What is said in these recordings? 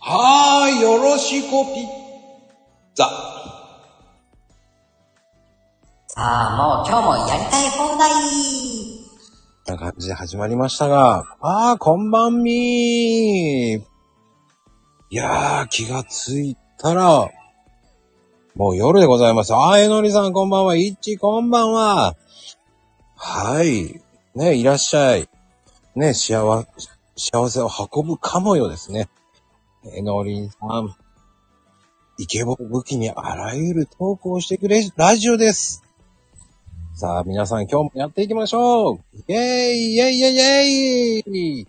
はーい、よろしくピッツァ。 さあ、もう今日もやりたい放題な感じで始まりましたが、こんばんみー。いやー、気がついたら、もう夜でございます。えのりさんこんばんは。いっちこんばんは。はい。ね、いらっしゃい。ね、幸せを運ぶかもよですね。えのりさん。イケボを武器にあらゆるトークをしてくれるラジオです。さあ、皆さん今日もやっていきましょう。イェーイイェイイェイイェイ。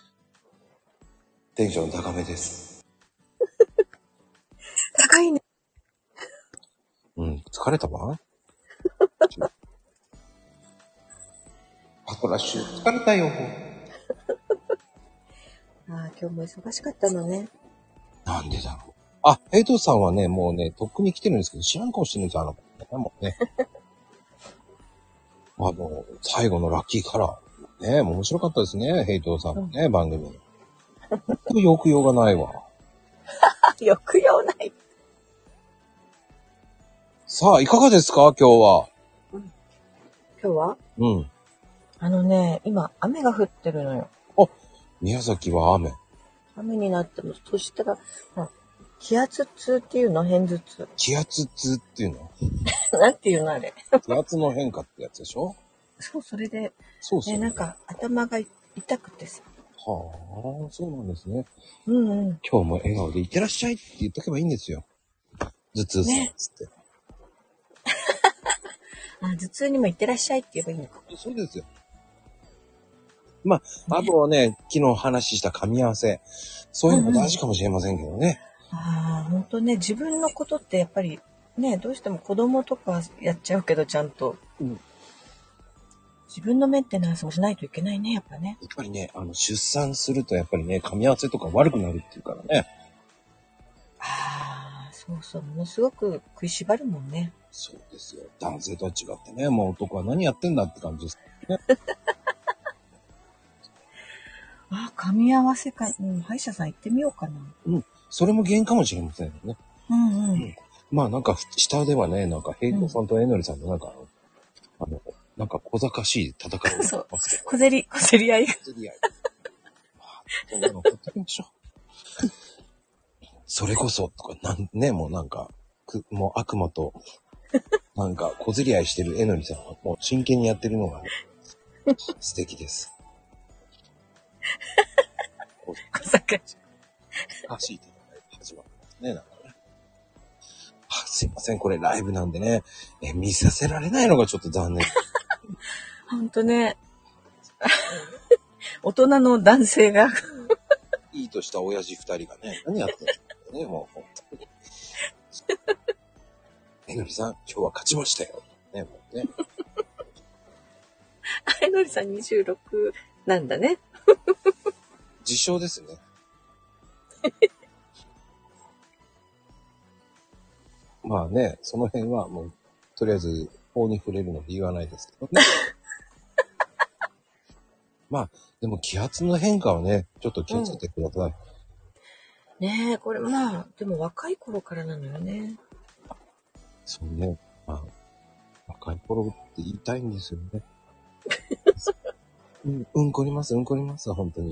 テンション高めです。 高いね。 疲れたわ。パトラッシュ、疲れたよ。 今日も忙しかったのね。 なんでだろう。ヘイトさんはね、もうね、とっくに来てるんですけど、知らん顔してるんですよ、もうね。最後のラッキーカラー。ね、面白かったですね、ヘイトさんのね、番組。抑揚がないわ。 抑揚ない。 さあ、いかがですか、今日は。 今日は今、雨が降ってるのよ。 宮崎は雨。 雨になってます。そしたら、気圧痛っていうの？偏頭痛。 気圧痛っていうのなんていうのあれ。 気圧の変化ってやつでしょ？ そう、それで、 そうそう。 なんか頭が痛くてさ。 はあ、そうなんですね。 今日も笑顔でいってらっしゃいって言っとけばいいんですよ。頭痛さんっつって。 頭痛にもいってらっしゃいって言えばいいのか。 そうですよ。あとはね、昨日話した噛み合わせ。そういうのも大事かもしれませんけどね。 ほんとね、自分のことってやっぱり、ね、どうしても子供とかやっちゃうけど、ちゃんと。自分のメンテナンスもしないといけないね、やっぱね。 やっぱりね、出産するとやっぱりね、噛み合わせとか悪くなるっていうからね。 そうそう、ものすごく食いしばるもんね。 そうですよ。男性とは違ってね、もう男は何やってんだって感じですね。 噛み合わせか、歯医者さん行ってみようかな。 それも原因かもしれませんよね。なんか、下ではね、なんか、ヘイトさんとえのりさんのなんか、なんか小賢しい戦いをそう。小競り合い。小競り合い。 そんなのほっときましょう。それこそ、とか、もうなんか、もう悪魔と、なんか小競り合いしてるえのりさんは、もう真剣にやってるのが、素敵です。 小賢しい。 走って始まりますね、なんかね。すいません、これライブなんでね、見させられないのがちょっと残念。 ほんとね。大人の男性が。 いいとした親父二人がね、何やってんのね、もう本当に。えのりさん、今日は勝ちましたよ。ね、もうね。 えのりさん26なんだね。 自称ですね。まあね、その辺はもう、とりあえず、法に触れるので言わないですけどね。でも気圧の変化はね、ちょっと気をつけてください。 ねえ、これでも若い頃からなのよね。 そうね。若い頃って言いたいんですよね。うんこります、本当に。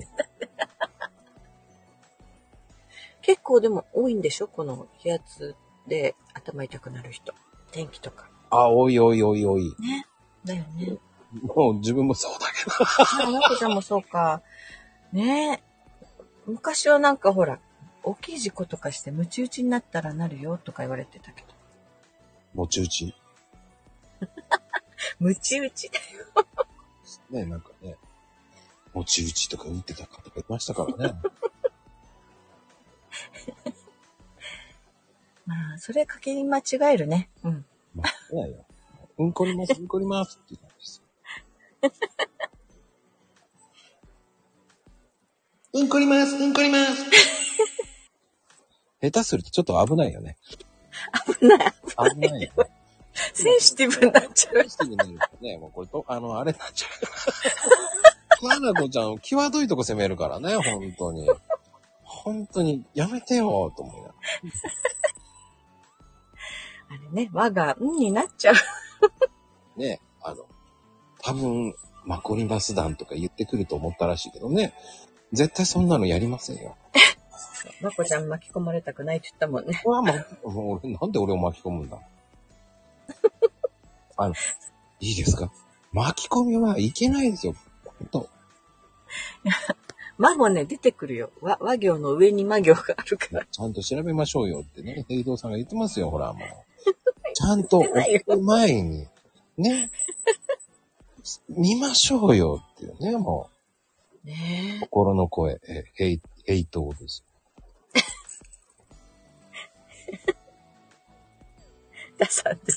結構でも多いんでしょ？この気圧で頭痛くなる人。天気とか。 多い。 ね。だよね。 もう自分もそうだけど。 なこちゃんもそうか。ねえ。昔はなんかほら、大きい事故とかしてムチ打ちになったらなるよとか言われてたけど。 もち打ち。 ムチ打ちだよ。 ね、なんかね、もち打ちとか言ってた方がいましたからね。 それかけに間違えるね。 いやいや。うんこりますって言ったんですよ。うんこります。下手するとちょっと危ないよね。 危ないよね。 センシティブになっちゃう。 センシティブになるとね、もうこれと、あれになっちゃうから。花子ちゃん、際どいとこ攻めるからね、本当に。 本当にやめてよ、と思いながら。 あれね、和が、になっちゃう。 ね、多分、マコリマス団とか言ってくると思ったらしいけどね。絶対そんなのやりませんよ。 まこちゃん巻き込まれたくないって言ったもんね。 もうなんで俺を巻き込むんだいいですか？巻き込みはいけないですよ。本当。 魔もね、出てくるよ。和行の上に魔行があるから。 ちゃんと調べましょうよってね、平等さんが言ってますよ、ほら、もう。ちゃんと置く前に、ね、見ましょうよっていうね、もう。 ね心の声、平等です。 ダサんです。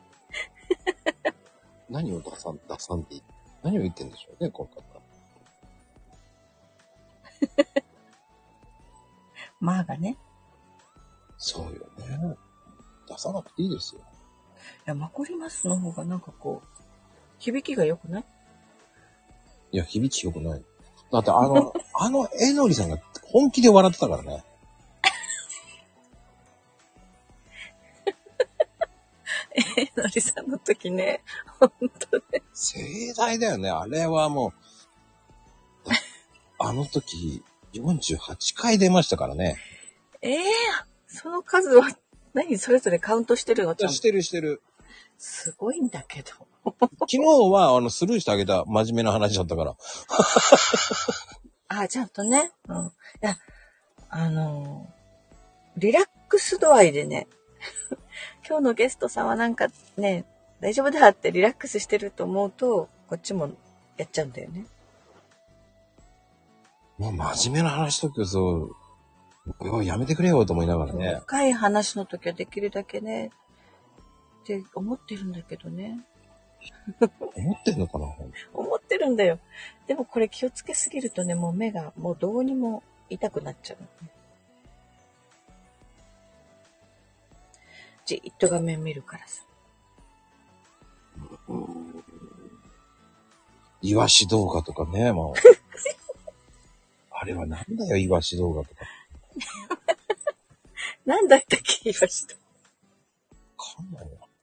何を出さんって何を言ってんでしょうね、この方。 まあがね。 そうよね。出さなくていいですよ。 いや、マコリマスの方がなんかこう、響きが良くない？ いや、響き良くない。だってえのりさんが本気で笑ってたからね。 のりさんの時ね、ほんとね。 盛大だよね。あれはもう、あの時、48回出ましたからね。 その数は、何それぞれカウントしてるの？ちゃんとしてる。 すごいんだけど。 昨日は、スルーしてあげた真面目な話だったから。 ちゃんとね。うん。いや、リラックス度合いでね、今日のゲストさんはなんかね、大丈夫だってリラックスしてると思うと、こっちもやっちゃうんだよね。 もう真面目な話ときはそう、やめてくれよと思いながらね。 深い話の時はできるだけね、って思ってるんだけどね。 思ってんのかな？ 思ってるんだよ。でもこれ気をつけすぎるとね、もう目がもうどうにも痛くなっちゃう、ね。じっと画面見るからさ。 イワシ動画とかね、もう。あれはなんだよ、イワシ動画とか。 なんだったっけ、イワシと。 わかんないわ。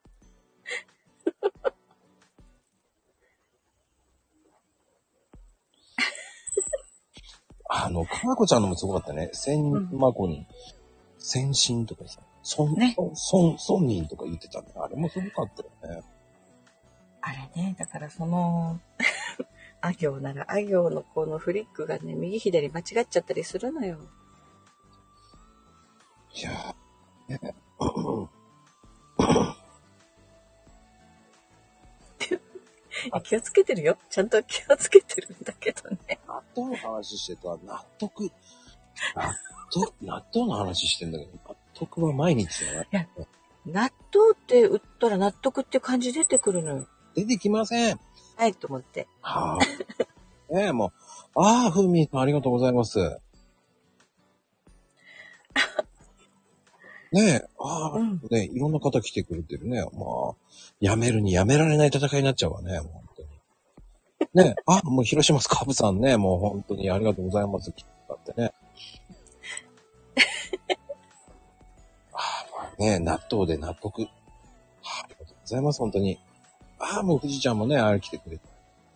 かなこちゃんのもすごかったね。まこに、先進とかさ、ソンニンとか言ってたね。あれもすごかったよね。 あれね、だからあ行ならあ行のこのフリックがね、右左間違っちゃったりするのよ。 いやー、ね。 気をつけてるよ。ちゃんと気をつけてるんだけどね。 納豆の話してたら納豆の話してんだけど、納得は毎日じゃない。 いや、納豆って売ったら納得って感じ出てくるのよ。 出てきません。 はいと思って。 はあ。ねえ、もう、ふみさんありがとうございます。ねえ、ねえ、いろんな方来てくれてるね。まあ、やめるにやめられない戦いになっちゃうわね、もう本当に。ねえ、もう広島スカブさんね、もう本当にありがとうございます。だってね。ねえ、納豆で納得。ありがとうございます、本当に。もう富士ちゃんもね、あれ来てくれて。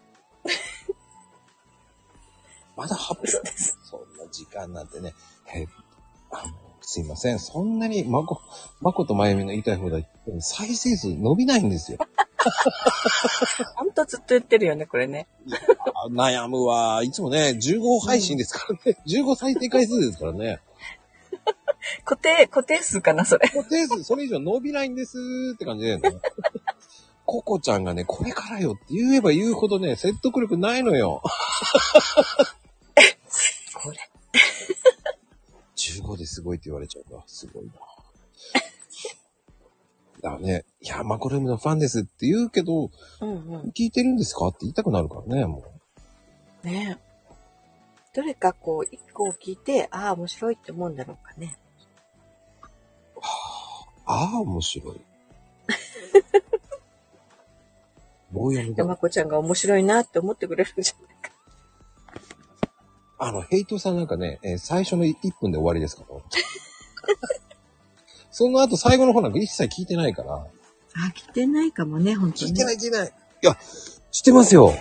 まだ8分。そんな時間なんてね。すいません。そんなに、まことまゆみの言いたい放題、再生数伸びないんですよ。 ほんとずっと言ってるよね、これね。 悩むわ。いつもね、15配信ですからね。15再生回数ですからね。 固定数かな、それ。 固定数、それ以上伸びないんですって感じでね。ココちゃんがね、これからよって言えば言うほどね、説得力ないのよ。 これ。 15ですごいって言われちゃうわ。すごいな。だからね、いや、マコルームのファンですって言うけど、聞いてるんですかって言いたくなるからね、もう。ねえ。どれかこう、一個を聞いて、面白いって思うんだろうかね。 面白い。棒読みだ。 まこちゃんが面白いなって思ってくれるんじゃないか。 ヘイトさんなんかね、最初の1分で終わりですから。その後最後の方なんか一切聞いてないから。 聞いてないかもね、本当に。 聞いてない。いや、知ってますよ。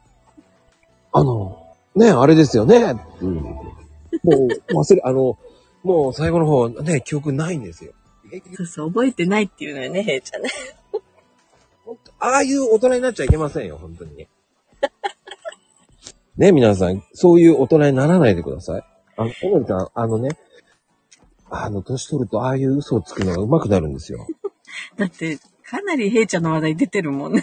ね、あれですよね。うん。もう、もう最後の方ね、記憶ないんですよ。 そう、覚えてないっていうのよね、ヘイちゃんね。 ああいう大人になっちゃいけませんよ、本当にね。ね、皆さん、そういう大人にならないでください。小森さん、年取るとああいう嘘をつくのが上手くなるんですよ。 だって、かなりヘイちゃんの話題出てるもんね。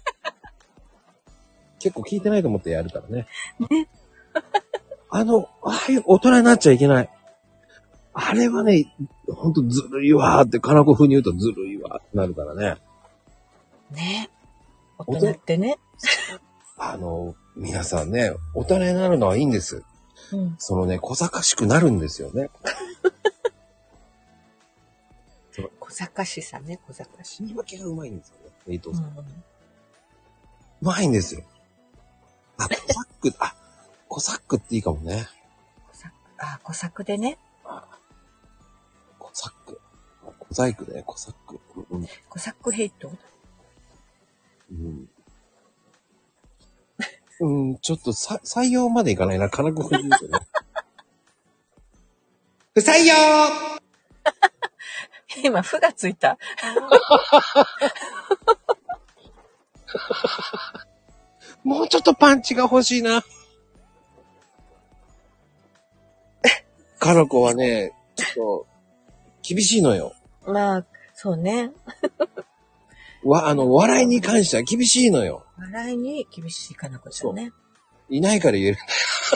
結構聞いてないと思ってやるからね。 ね。 ああいう大人になっちゃいけない。あれはね、ほんとずるいわーって、かなこ風に言うとずるいわーってなるからね。 ね。大人ってね。 皆さんね、大人になるのはいいんです。 うん。 そのね、小賢しくなるんですよね。 小賢しさね、小賢し。 言い訳がうまいんですよね、エイトさん。 ううまいんですよ。小作っていいかもね。 小作でね。 小細工で、小作。 小作ヘイト。 ちょっと採用までいかないな、かなこ風ですよね。不採用今、負がついた。 もうちょっとパンチが欲しいな。かなこはね、ちょっと、厳しいのよ。 まあ、そうね。 笑いに関しては厳しいのよ。 笑いに厳しいかなこちゃんね。 いないから言えるんだよ。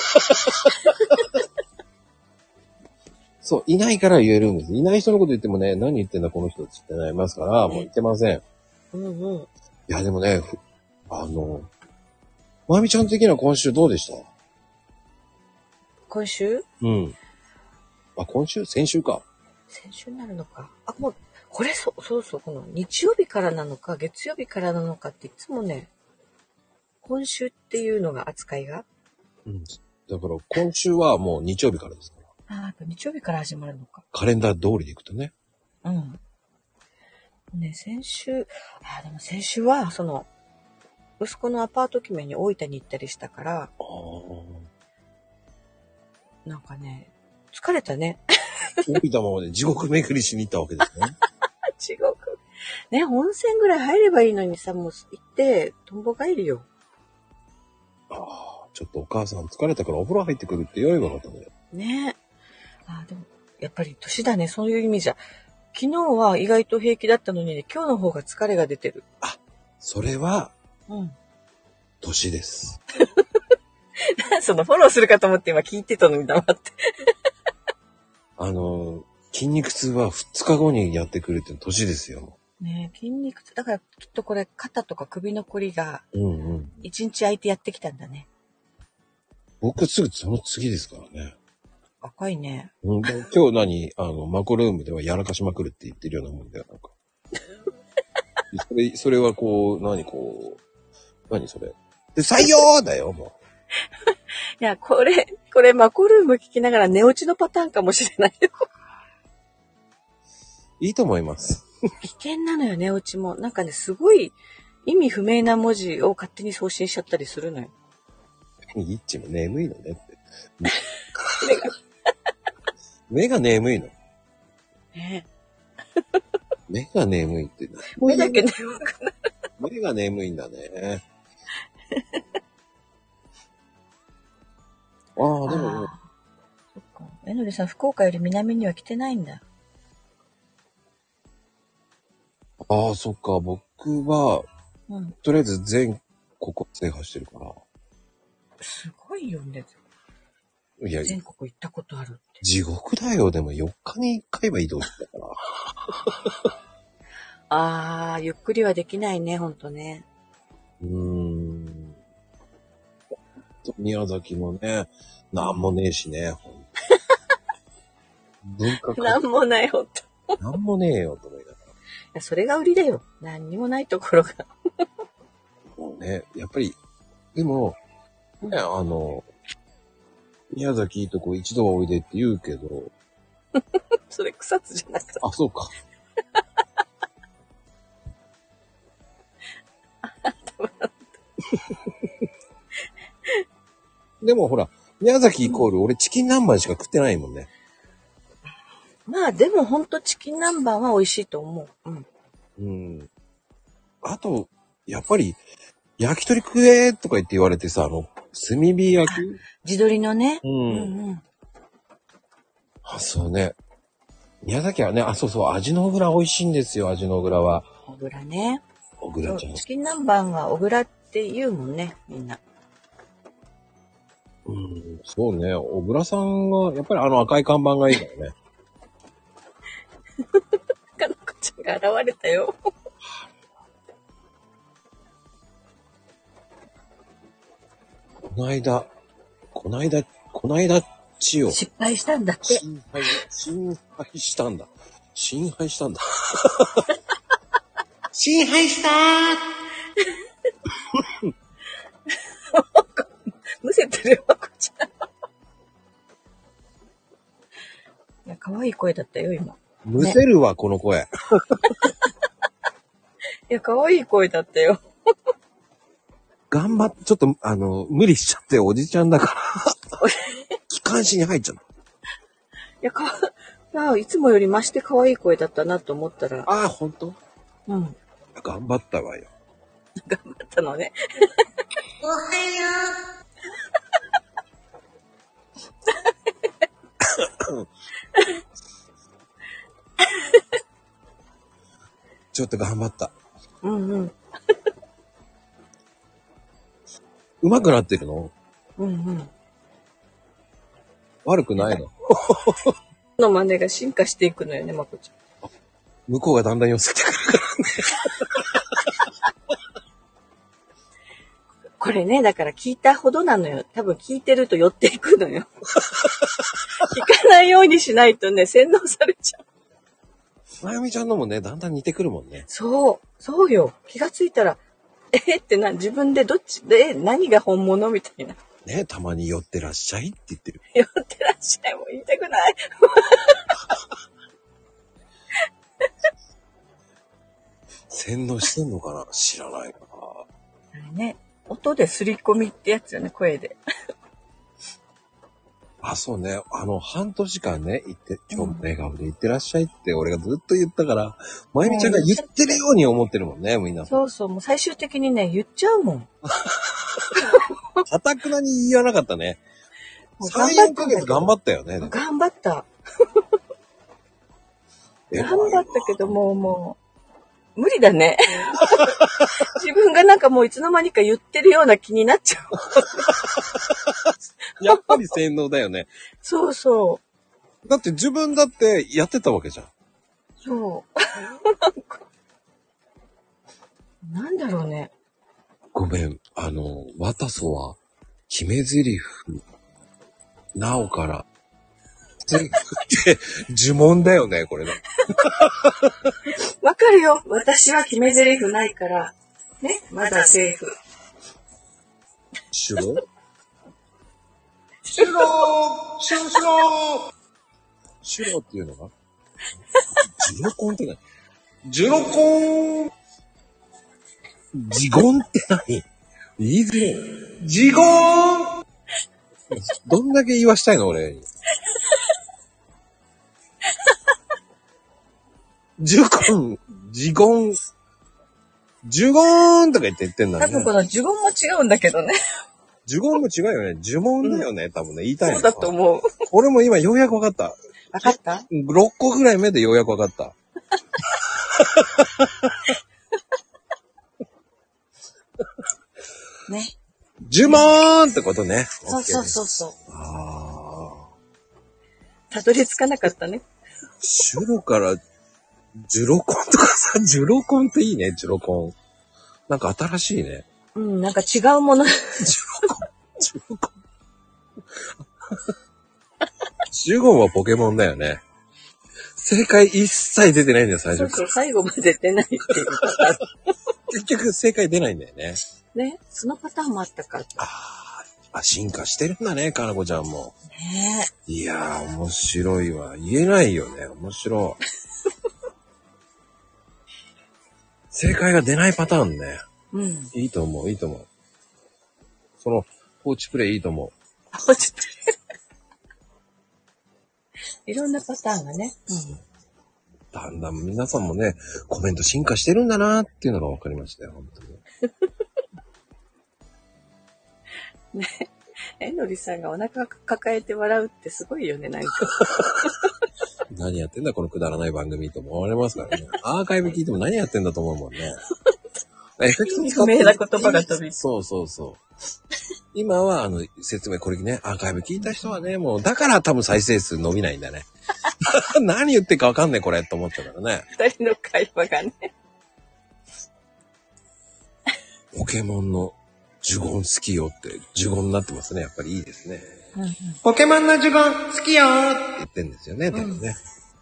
そう、いないから言えるんです。いない人のこと言ってもね、何言ってんだこの人ってなりますから、もう言ってません。いや、でもね、まゆみちゃん的には今週どうでした？ 今週？ 先週か。 先週になるのか。もう、これそう、この日曜日からなのか、月曜日からなのかっていつもね、今週っていうのが扱いが。 だから今週はもう日曜日からですから。 日曜日から始まるのか。 カレンダー通りでいくとね。 ね、先週、でも先週は、息子のアパート決めに大分に行ったりしたから、なんかね、疲れたね。 大分まで地獄巡りしに行ったわけですね。 地獄。ね、温泉ぐらい入ればいいのにさ、もう行って、とんぼ帰りよ。 ちょっとお母さん疲れたからお風呂入ってくるって言えばよかったね。 ね。でも、やっぱり年だね、そういう意味じゃ。昨日は意外と平気だったのにね、今日の方が疲れが出てる。 それは、年です。 そのフォローするかと思って今聞いてたのに黙って。 筋肉痛は2日後にやってくるって年ですよ。 ね筋肉痛。だからきっとこれ肩とか首のこりが、1日空いてやってきたんだね。 僕すぐその次ですからね。 赤いね。 今日マコルームではやらかしまくるって言ってるようなもんだよ、なんか。それは何それ。で、採用だよ、もう。 いや、これマコルーム聞きながら寝落ちのパターンかもしれないよ。 いいと思います。 危険なのよ、寝落ちも。なんかね、すごい意味不明な文字を勝手に送信しちゃったりするのよ。 いっちも眠いのねって。目が眠いの。 ね。 目が眠いって。 目だけ眠くなる。 目が眠いんだね。でもね。 そっか。えのりさん、福岡より南には来てないんだ。 そっか。僕は、とりあえず全国制覇してるから。 すごいよね。 いや、 全国行ったことあるって。 地獄だよ。でも4日に1回は移動してたから。 ゆっくりはできないね、ほんとね。 宮崎もね、なんもねえしね、ほんと。文化なんもない、ほんと。 なんもねえよ、と思いながら。 いや、それが売りだよ。何にもないところが。 もうね、やっぱり、でも、ね、 宮崎いいとこ一度はおいでって言うけど。 それ草津じゃなくて。 あ、そうか。でもほら、宮崎イコール俺チキン南蛮しか食ってないもんね。 まあでもほんとチキン南蛮は美味しいと思う。うん。 うん。あと、やっぱり、焼き鳥食えとか言って言われてさ、炭火焼き地鶏のね。 うん。 うんうん。 あ、そうね。宮崎はね、あ、そうそう、味の蔵美味しいんですよ、味の蔵は。 小倉ね。 小倉ちゃん。 チキン南蛮は小倉って言うもんね、みんな。 うん、そうね。小倉さんが、やっぱり赤い看板がいいからね。 かのこちゃんが現れたよ。 こないだ、千代。 失敗したんだって。 心配したんだ。心配したーむせてるよ、こちゃん。いや、可愛い声だったよ、今。 むせるわ、ね、この声。 いや、可愛い声だったよ。 頑張って、ちょっと、無理しちゃって、おじちゃんだから。気管支に入っちゃった。 いや、いつもより増して可愛い声だったなと思ったら。 ああ、ほんと？ うん。 頑張ったわよ。 頑張ったのね。 おはよう。ちょっと頑張った。 うんうん。 上手くなってるの？ うんうん。 悪くないの？ の真似が進化していくのよね、まこちゃん。 向こうがだんだん寄せてくるからね。 これね、だから聞いたほどなのよ。多分聞いてると寄っていくのよ。聞かないようにしないとね、洗脳されちゃう。 まゆみちゃんのもね、だんだん似てくるもんね。 そうよ。気がついたら、って自分でどっちで、何が本物みたいな。 ね、たまに寄ってらっしゃいって言ってる。 寄ってらっしゃいも言いたくない。 洗脳してんのかな？知らないかな。 あれね、音で刷り込みってやつよね、声で。 あ、そうね。半年間ね、今日も笑顔で言ってらっしゃいって俺がずっと言ったから、まゆみちゃんが言ってるように思ってるもんね、みんな。 そうそう、もう最終的にね、言っちゃうもん。 かたくなに言わなかったね。3、4ヶ月頑張ったよね。 頑張った。頑張ったけど、もう、無理だね。自分がなんかもういつの間にか言ってるような気になっちゃう。やっぱり洗脳だよね。 そうそう。 だって自分だってやってたわけじゃん。 そう。なんだろうね。 ごめん。ワタソは、決め台詞、なおから、呪文だよね、これね。 わかるよ。私は決め台詞ないから。ね。まだセーフ。 シュロっていうのがジロコンって何？ジロコンジゴンって何？言いづらい。ジゴンどんだけ言わしたいの俺に。ジュコン、ジゴン、ジュゴーンとか言ってんだね。 多分この呪文も違うんだけどね。 呪言も違うよね。呪文だよね、多分ね。言いたいの。 そうだと思う。 俺も今ようやく分かった。 分かった？ 6 個ぐらい目でようやく分かった。 ね。 呪文ってことね。 そう。 ああ。 たどり着かなかったね。 シュロからジュロコンとかさ、ジュロコンっていいね、ジュロコン。なんか新しいね。 うん、なんか違うもの。 ジュロコン。ジュゴンはポケモンだよね。正解一切出てないんだよ、最初から。 そう、最後まで出ないっていうパターン。 結局正解出ないんだよね。 ね、そのパターンもあったか。 あ、進化してるんだね、かなこちゃんも。 ねいやー、面白いわ。言えないよね。面白い。正解が出ないパターンね。 うん。 いいと思う、いいと思う。その、放置プレイいいと思う。 放置プレイ。いろんなパターンがね。 だんだん皆さんもね、コメント進化してるんだなーっていうのが分かりましたよ、本当に。 ね。えのりさんがお腹抱えて笑うってすごいよね、なんか。 何やってんだこのくだらない番組と思われますからね。アーカイブ聞いても何やってんだと思うもんね。エフェクト使って不明な言葉が飛び。 そうそうそう。今は説明これね、アーカイブ聞いた人はね、もうだから多分再生数伸びないんだね。何言ってるかわかんねえこれと思ったからね。 二人の会話がね。 ポケモンの呪言好きよって呪言になってますね。やっぱりいいですね。ポケモンの呪言好きよって言ってんですよね。でもね。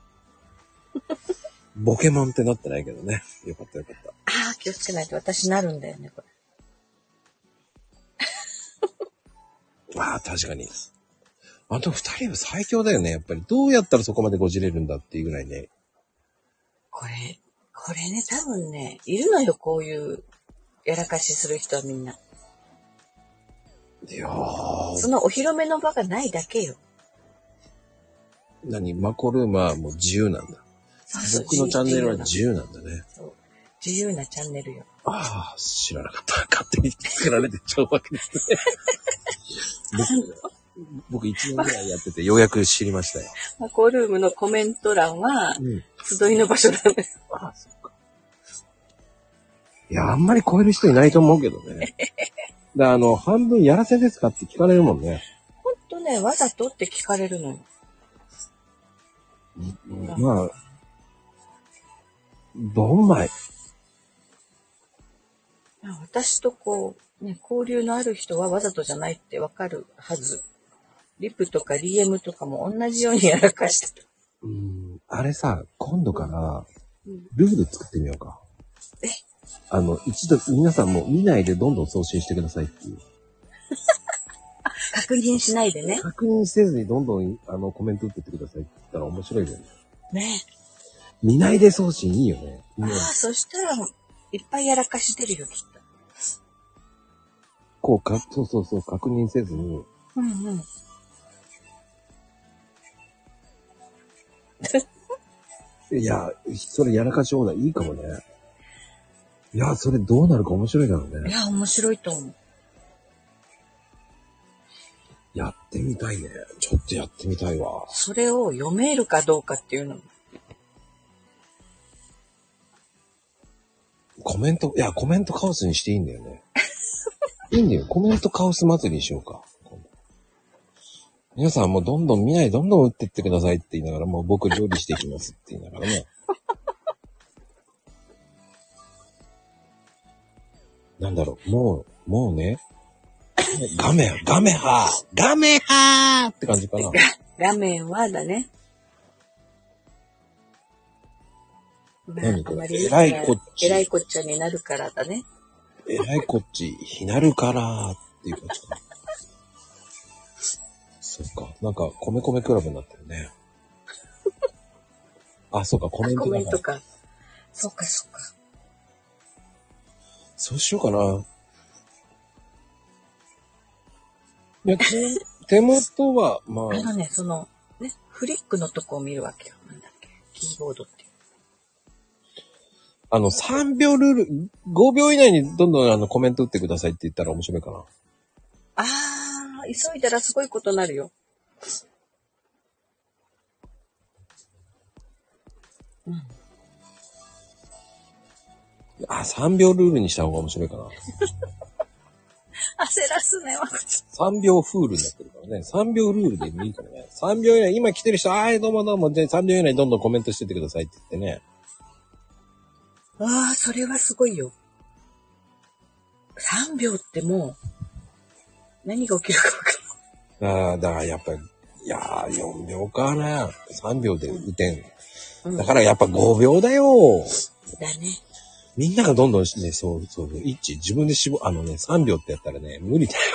ボケモンってなってないけどね。よかったよかった。 ああ、気をつけないと私なるんだよね、これ。 ああ、確かに。あの二人は最強だよね。やっぱりどうやったらそこまでごじれるんだっていうぐらいね。 これね、多分ね、いるのよ、こういうやらかしする人はみんな。 いやー。 そのお披露目の場がないだけよ。 マコルームはもう自由なんだ。僕のチャンネルは自由なんだね。 そう。自由なチャンネルよ。 ああ、知らなかった。勝手に作られてっちゃうわけですね。僕1年ぐらいやっててようやく知りましたよ。 マコルームのコメント欄は、集いの場所なんです。 ああ、そっか。いや、あんまり超える人いないと思うけどね。半分やらせですかって聞かれるもんね。 ほんとね、わざとって聞かれるのよ。 まあ、どんまい。 私とこう、ね、交流のある人はわざとじゃないってわかるはず。リプとか DM とかも同じようにやらかしてる。 あれさ、今度からルール作ってみようか。一度皆さんも見ないでどんどん送信してくださいっていう。 確認しないでね。 確認せずにどんどんコメント打ってってくださいって言ったら面白いよね。 ね。 見ないで送信いいよね。 そしたらいっぱいやらかしてるよ、きっと。 そう、確認せずに。いや、それやらかし放題いいかもね。いや、それどうなるか面白いだろうね。 いや、面白いと思う。 やってみたいね。ちょっとやってみたいわ。 それを読めるかどうかっていうの。 コメントカオスにしていいんだよね。いいんだよ。コメントカオス祭りにしようか。皆さんもうどんどん見ないでどんどん打ってってくださいって言いながらもう僕料理していきますって言いながらね。なんだろう、もうね、ガメハーって感じかな。 画面はだね。 何これ、 えらいこっちゃになるからだね。 えらいこっち、ひなるからっていう感じかな。そっか、なんか、米米クラブになってるね。あ、そうか、コメントだから。 コメントか。そっか。 そうしようかな。いや、手元は、まあ。 フリックのとこを見るわけよ。なんだっけ。キーボードっていう。 3秒ルール、5秒以内にどんどんコメント打ってくださいって言ったら面白いかな。 急いだらすごいことになるよ。 3秒ルールにした方が面白いかな。 焦らすね、 3秒フールになってるからね。3秒ルールでもいいからね。3秒以内、今来てる人、どうも、で、3秒以内にどんどんコメントしてってくださいって言ってね。 それはすごいよ。3秒ってもう、何が起きるか分かだからやっぱり、4秒かな。3秒で打てん。だからやっぱ5秒だよ。 だね。 みんながどんどんね、そう、自分で3秒ってやったらね、無理だよ。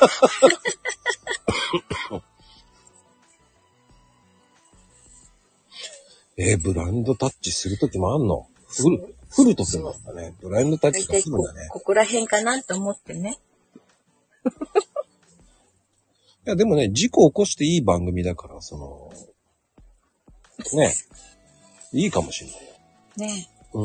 ブラインドタッチするときもあんの？フルとするんだね。ブラインドタッチがするんだね。 ここら辺かなと思ってね。 いや、でもね、事故起こしていい番組だから、ね、いいかもしれないよ。 ね。 うん。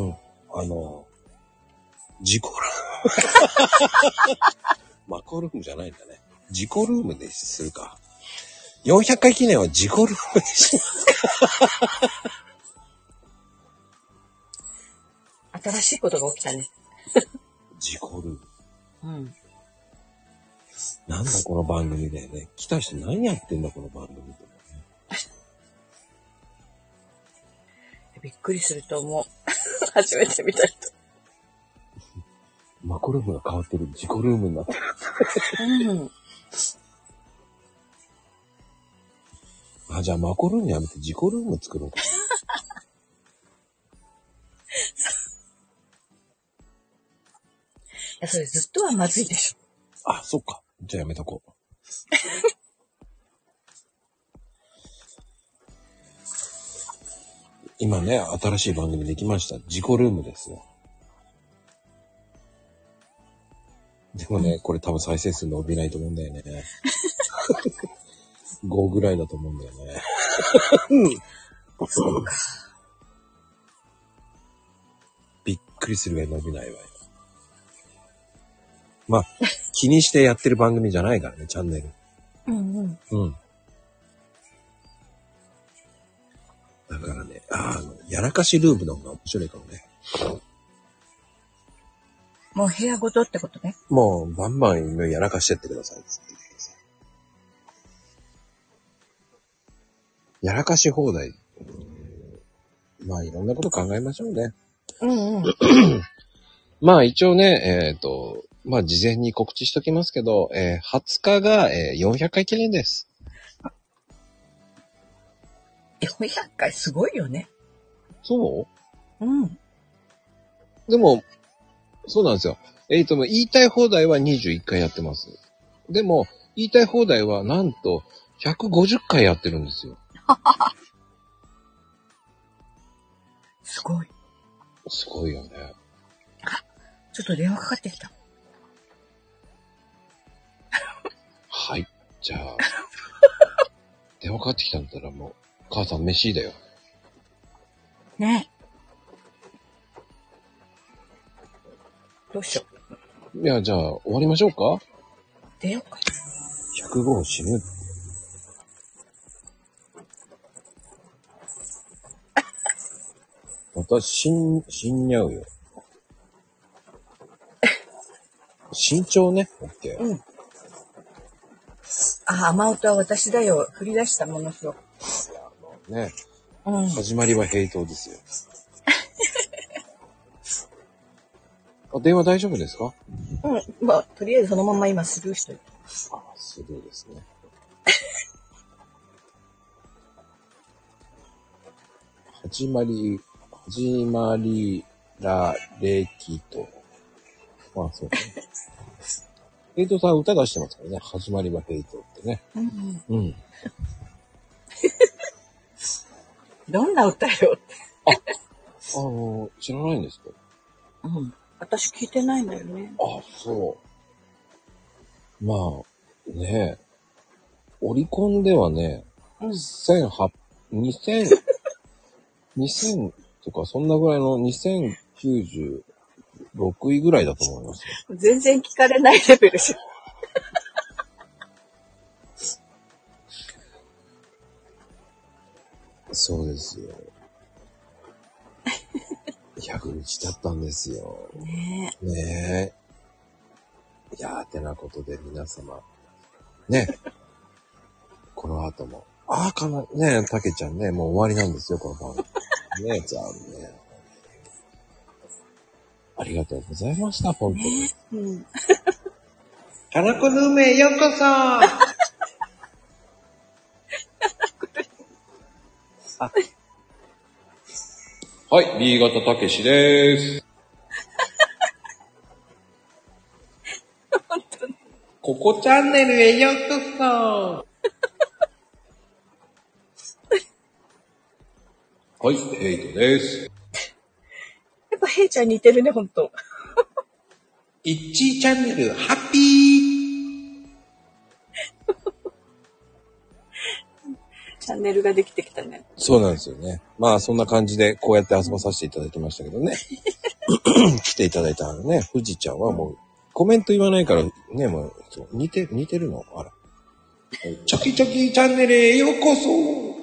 事故ルーム。マコルームじゃないんだね。事故ルームでするか。400回記念は事故ルームにしますか。 新しいことが起きたね。 事故ルーム。 うん。 なんだこの番組だよね。来た人何やってんだこの番組って、ね。 びっくりすると思う。初めて見た人。 マコルームが変わってる。事故ルームになってる。 うん。 あ、じゃあマコルームやめて事故ルーム作ろうか。 いや、それずっとはまずいでしょ。 あ、そっか。じゃあやめとこう。今ね、新しい番組できました。事故ルームですよ。でもね、これ多分再生数伸びないと思うんだよね。5ぐらいだと思うんだよね。 そうか。 びっくりするぐらい伸びないわよ。まあ、気にしてやってる番組じゃないからね、チャンネル。 うんうん。 うん。だからね、やらかしルームの方が面白いかもね。 もう部屋ごとってことね。 もう、バンバンやらかしてってください。つって言ってください。やらかし放題。まあ、いろんなこと考えましょうね。 うんうん。 まあ、一応ね、まあ、事前に告知しときますけど、20日が、400回記念です。 400回すごいよね。 そううん。 でも、そうなんですよ。言いたい放題は21回やってます。でも、言いたい放題はなんと150回やってるんですよ。 すごい。 すごいよね。 ちょっと電話かかってきた。 はい。じゃあ、電話かかってきたんだったらもう、母さん飯だよ。 ねえ。どうしよう。 いや、じゃあ、終わりましょうか？ 出ようか。 105死ぬ。死んじゃうよ。身長ね。オッケー。 うん。あ、雨音は私だよ。振り出したものすごく。 ね。 うん。 始まりは平等ですよ。電話大丈夫ですか？ うん。まあ、とりあえずそのまま今スルーしといて。 あ、スルーですね。始まりられきと。まあそうね。ヘイトさん歌出してますからね。始まりはヘイトってね。 うんうん。 どんな歌よって。 知らないんですか？ うん。私聞いてないんだよね。 あ、そう。まあ、ねえ。オリコンではね、 うん。 2000とかそんなぐらいの2096位ぐらいだと思いますよ。 全然聞かれないレベルじゃん。 そうですよ。100日経ったんですよ。 ねえ。ねえ。いやーてなことで皆様。ね。この後も。ねえ、たけちゃんね、もう終わりなんですよ、この番組。ねえ、残念。ありがとうございました、本当に。 ね。うん。 花子ルームへようこそはい、B 型たけしでーす。 ココチャンネルへようこそ。はい、ヘイトです。 やっぱヘイちゃん似てるね、ほんと。 イッチーチャンネル、ハッピー。 チャンネルができてきたね。 そうなんですよね。まあそんな感じでこうやって遊ばさせていただきましたけどね。来ていただいたね、富士ちゃんはもうコメント言わないからね、もうそう似てるのあら。チョキチョキチャンネルへようこそ。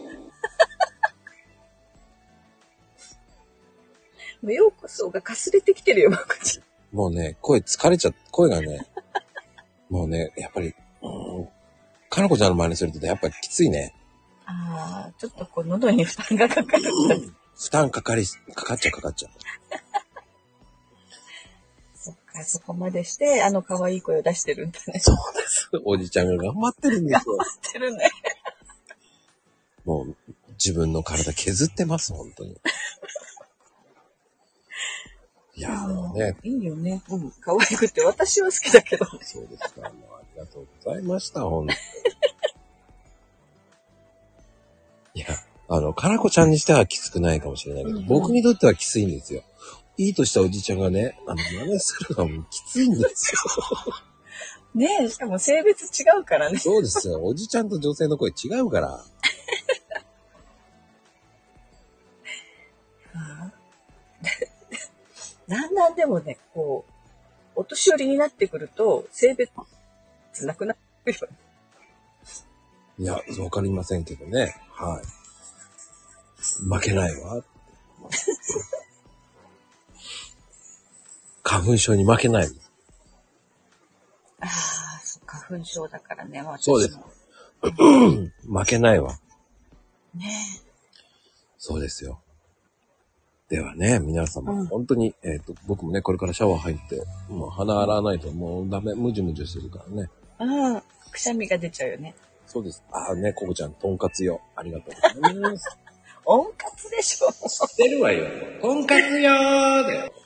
もうようこそがかすれてきてるよ、まこちゃん。 もうね、声がね、もうね、やっぱり、かなこちゃんの真似するとやっぱりきついね。 ああ、ちょっとこう喉に負担がかかる。 負担かかっちゃう。 そっか、そこまでして、可愛い声を出してるんだね。 そうです。おじちゃんが頑張ってるんですよ。 頑張ってるね。 もう、自分の体削ってます、本当に。いやーね。 いいよね。うん。可愛くて、私は好きだけどね。 そうですか。もうありがとうございました、本当に。いや、かなこちゃんにしてはきつくないかもしれないけど、僕にとってはきついんですよ。いいとしたおじちゃんがね、真似するのもきついんですよ。 ねえ、しかも性別違うからね。 そうですよ。おじちゃんと女性の声違うから。 だんだんでもね、こう、お年寄りになってくると、性別なくなるよね。 いや、わかりませんけどね。はい。負けないわ。花粉症に負けない。 ああ、花粉症だからね。 そうです。負けないわ。 ねえ。 そうですよ。ではね、皆様、本当に、僕もね、これからシャワー入って、もう鼻洗わないともうダメ、ムジュムジュするからね。 うん。くしゃみが出ちゃうよね。 そうです。ああね、ココちゃん、とんかつよ。ありがとうございます。 温活でしょ。 知ってるわよ。とんかつよーだよ。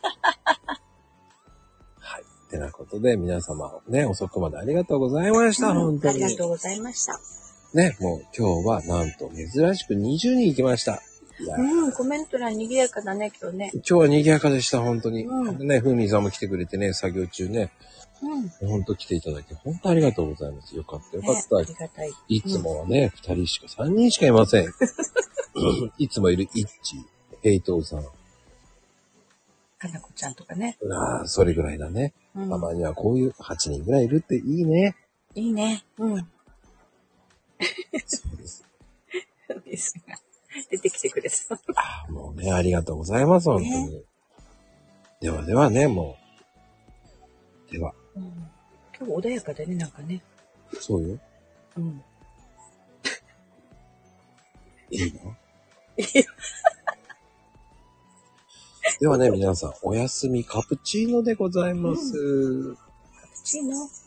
はい。てなことで、皆様、ね、遅くまでありがとうございました。本当に。 ありがとうございました。 ね、もう今日はなんと珍しく20人行きました。 コメント欄賑やかだね、今日ね。 今日は賑やかでした、本当に。ね、ふみさんも来てくれてね、作業中ね。本当来ていただいて、本当ありがとうございます。よかった、よかった。 ありがたい。 いつもはね、2人しか、3人しかいません。いつもいるイッチ、ヘイトーさん。 かなこちゃんとかね。 ああ、それぐらいだね。たまにはこういう8人ぐらいいるっていいね。 いいね。 そうです。 ですが。出てきてくれた。 ああ、もうね、ありがとうございます、本当に。ではね、もう。では。 今日穏やかだね、なんかね。 そうよ。いいの？ではね、皆さん、おやすみカプチーノでございます。 カプチーノ。